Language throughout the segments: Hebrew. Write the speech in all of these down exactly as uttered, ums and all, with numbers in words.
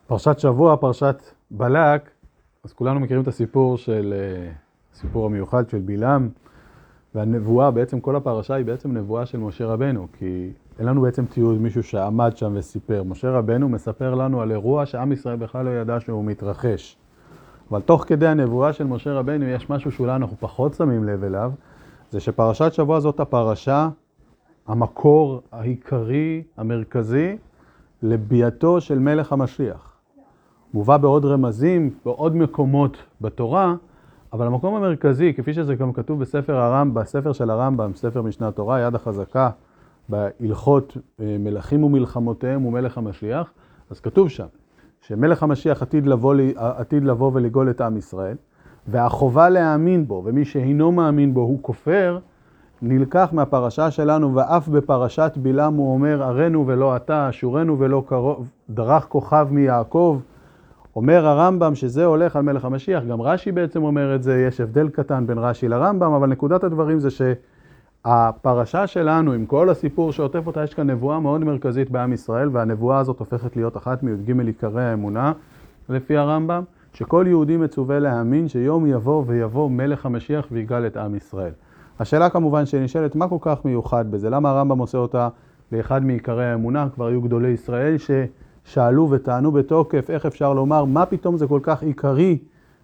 פרשת שבוע, פרשת בלק, אז כולנו מכירים את הסיפור של, הסיפור המיוחד של בלעם, והנבואה, בעצם כל הפרשה היא בעצם נבואה של משה רבנו, כי אין לנו בעצם תיעוד מישהו שעמד שם וסיפר. משה רבנו מספר לנו על אירוע שעם ישראל בכלל לא ידע שהוא מתרחש. אבל תוך כדי הנבואה של משה רבנו יש משהו שאולי אנחנו פחות שמים לב אליו, זה שפרשת שבוע זאת הפרשה, המקור העיקרי, המרכזי, לביאתו של מלך המשיח. מובא בעוד רמזים, בעוד מקומות בתורה, אבל המקום המרכזי, כפי שזה גם כתוב בספר הרמב"ם, בספר של הרמב"ם, ספר משנה תורה, יד החזקה, בהלכות מלכים ומלחמותיהם ומלך המשיח, אז כתוב שם, שמלך המשיח עתיד לבוא, עתיד לבוא ולגאול את עם ישראל, והחובה להאמין בו, ומי שאינו מאמין בו הוא כופר, נלקח מהפרשה שלנו, ואף בפרשת בלעם הוא אומר, ארנו ולא אתה, אשורנו ולא קרוב, דרך כוכב מיעקב. אומר הרמב"ם שזה הולך על מלך המשיח, גם רש"י בעצם אומר את זה, יש הבדל קטן בין רש"י לרמב"ם, אבל נקודת הדברים זה שהפרשה שלנו, עם כל הסיפור שעוטף אותה, יש כאן נבואה מאוד מרכזית בעם ישראל, והנבואה הזאת הופכת להיות אחת מי"ג עיקרי האמונה, לפי הרמב"ם, שכל יהודי מצווה להאמין שיום יבוא ויבוא מלך המשיח ויגאל את עם ישראל. השאלה כמובן שנשאלת, מה כל כך מיוחד בזה? למה הרמב"ם עושה אותה לאחד מעיקרי האמונה? כבר היו גדולי ישראל ששאלו וטענו בתוקף, איך אפשר לומר, מה פתאום זה כל כך עיקרי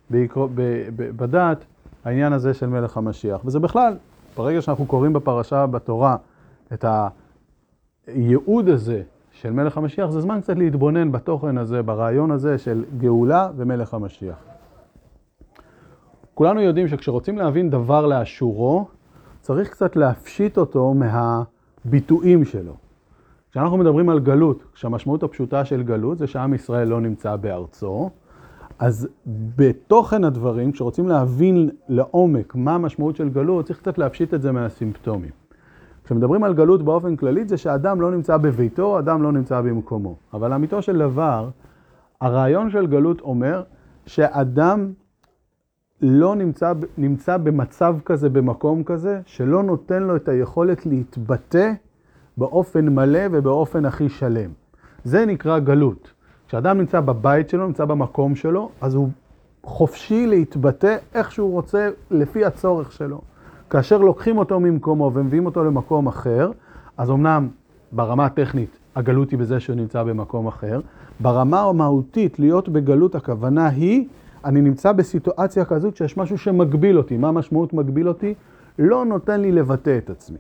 בדעת העניין הזה של מלך המשיח? וזה בכלל, ברגע שאנחנו קוראים בפרשה בתורה את הייעוד הזה של מלך המשיח, זה זמן קצת להתבונן בתוכן הזה, ברעיון הזה של גאולה ומלך המשיח. כולנו יודעים שכשרוצים להבין דבר לאשורו, צריך קצת להפשיט אותו מהביטויים שלו. כשאנחנו מדברים על גלות, כשהמשמעות הפשוטה של גלות זה שעם ישראל לא נמצא בארצו, אז בתוכן הדברים, כשרוצים להבין לעומק מה המשמעות של גלות, צריך קצת להפשיט את זה מהסימפטומים. כשמדברים על גלות באופן כללי, זה שאדם לא נמצא בביתו, אדם לא נמצא במקומו. אבל אמיתו של דבר, הרעיון של גלות אומר שאדם לא נמצא, נמצא במצב כזה, במקום כזה, שלא נותן לו את היכולת להתבטא באופן מלא ובאופן הכי שלם. זה נקרא גלות. כשאדם נמצא בבית שלו, נמצא במקום שלו, אז הוא חופשי להתבטא איך שהוא רוצה לפי הצורך שלו. כאשר לוקחים אותו ממקומו ומביאים אותו למקום אחר, אז אמנם ברמה הטכנית הגלות היא בזה שהוא נמצא במקום אחר, ברמה המהותית להיות בגלות הכוונה היא, אני נמצא בסיטואציה כזאת שיש משהו שמגביל אותי. מה המשמעות מגביל אותי? לא נותן לי לבטא את עצמי.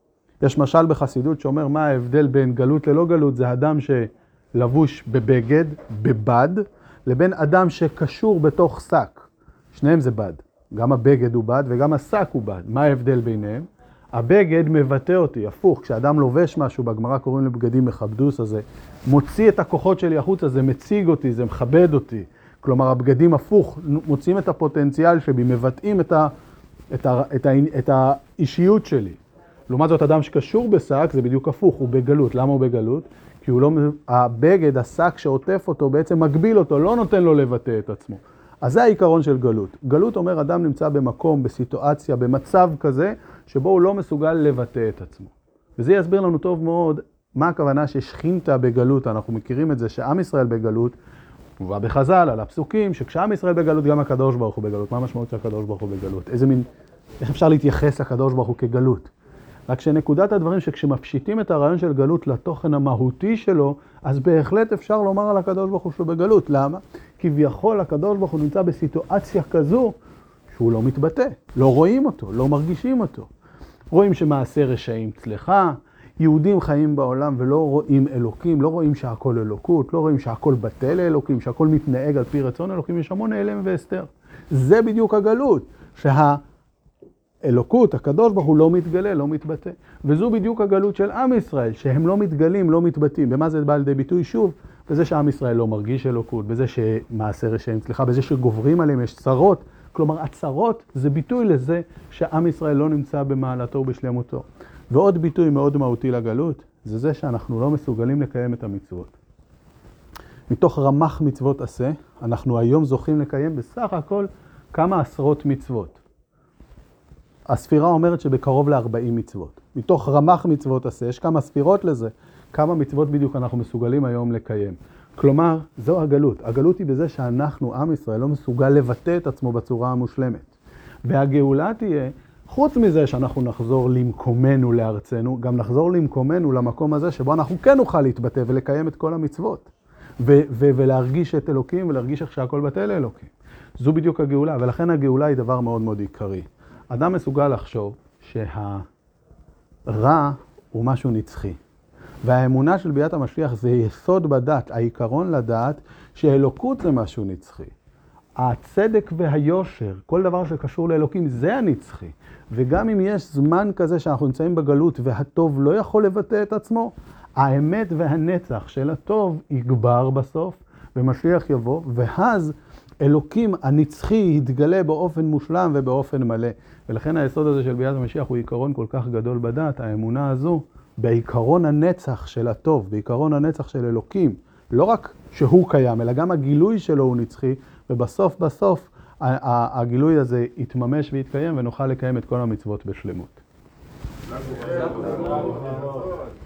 יש משל בחסידות שאומר מה ההבדל בין גלות ללא גלות, זה אדם שלבוש בבגד, בבד, לבין אדם שקשור בתוך שק. שניהם זה בד. גם הבגד הוא בד וגם השק הוא בד. מה ההבדל ביניהם? הבגד מבטא אותי, הפוך. כשאדם לובש משהו, בגמרא קוראים לבגדים מכבדוס, אז זה מוציא את הכוחות שלי החוצה, זה מציג אותי, זה מכבד אותי. כלומר, הבגדים הפוך, מוצאים את הפוטנציאל שבי, מבטאים את, ה, את, ה, את, ה, את האישיות שלי. לעומת זאת, אדם שקשור בשק, זה בדיוק הפוך, הוא בגלות. למה הוא בגלות? כי הוא לא, הבגד, השק שעוטף אותו, בעצם מגביל אותו, לא נותן לו לבטא את עצמו. אז זה העיקרון של גלות. גלות אומר, אדם נמצא במקום, בסיטואציה, במצב כזה, שבו הוא לא מסוגל לבטא את עצמו. וזה יסביר לנו טוב מאוד מה הכוונה ששכינתה בגלות. אנחנו מכירים את זה שעם ישראל בגלות, מובא בחז"ל על הפסוקים, שכשעם ישראל בגלות גם הקדוש ברוך הוא בגלות. מה המשמעות של הקדוש ברוך הוא בגלות? איזה מין, איך אפשר להתייחס לקדוש ברוך הוא כגלות? רק שנקודת הדברים שכשמפשיטים את הרעיון של גלות לתוכן המהותי שלו, אז בהחלט אפשר לומר על הקדוש ברוך הוא שהוא בגלות. למה? כביכול הקדוש ברוך הוא נמצא בסיטואציה כזו שהוא לא מתבטא, לא רואים אותו, לא מרגישים אותו. רואים שמעשה רשעים צלחה, יהודים חיים בעולם ולא רואים אלוקים, לא רואים שהכל אלוקות, לא רואים שהכל בטל לאלוקים, שהכל מתנהג על פי רצון אלוקים, יש המון הלם והסתר. זה בדיוק הגלות, שהאלוקות, הקדוש ברוך הוא לא מתגלה, לא מתבטא. וזו בדיוק הגלות של עם ישראל, שהם לא מתגלים, לא מתבטאים. במה זה בא לידי ביטוי? שוב, בזה שעם ישראל לא מרגיש אלוקות, בזה שמעשה רשעים צלחה, בזה שגוברים עליהם יש צרות. כלומר, הצרות זה ביטוי לזה שעם ישראל לא נמצא במעלתו ובשלמותו. ועוד ביטוי מאוד מהותי לגלות, זה זה שאנחנו לא מסוגלים לקיים את המצוות. מתוך רמ"ח מצוות עשה, אנחנו היום זוכים לקיים בסך הכל כמה עשרות מצוות. הספירה אומרת שבקרוב ל-ארבעים מצוות. מתוך רמ"ח מצוות עשה, יש כמה ספירות לזה, כמה מצוות בדיוק אנחנו מסוגלים היום לקיים. כלומר, זו הגלות. הגלות היא בזה שאנחנו, עם ישראל, לא מסוגל לבטא את עצמו בצורה המושלמת. והגאולה תהיה, חוץ מזה שאנחנו נחזור למקומנו לארצנו, גם נחזור למקומנו למקום הזה שבו אנחנו כן נוכל להתבטא ולקיים את כל המצוות. ו- ו- ולהרגיש את אלוקים ולהרגיש איך שהכל בטא לאלוקים. זו בדיוק הגאולה, ולכן הגאולה היא דבר מאוד מאוד עיקרי. אדם מסוגל לחשוב שהרע הוא משהו נצחי. והאמונה של ביאת המשיח זה יסוד בדת, העיקרון לדעת שאלוקות זה משהו נצחי. הצדק והיושר, כל דבר שקשור לאלוקים, זה הנצחי. וגם אם יש זמן כזה שאנחנו נמצאים בגלות והטוב לא יכול לבטא את עצמו, האמת והנצח של הטוב יגבר בסוף, ומשיח יבוא, ואז אלוקים הנצחי יתגלה באופן מושלם ובאופן מלא. ולכן היסוד הזה של ביאת המשיח הוא עיקרון כל כך גדול בדת, האמונה הזו, בעיקרון הנצח של הטוב, בעיקרון הנצח של אלוקים, לא רק שהוא קיים, אלא גם הגילוי שלו הוא נצחי, ובסוף בסוף הגילוי הזה יתממש ויתקיים, ונוכל לקיים את כל המצוות בשלמות.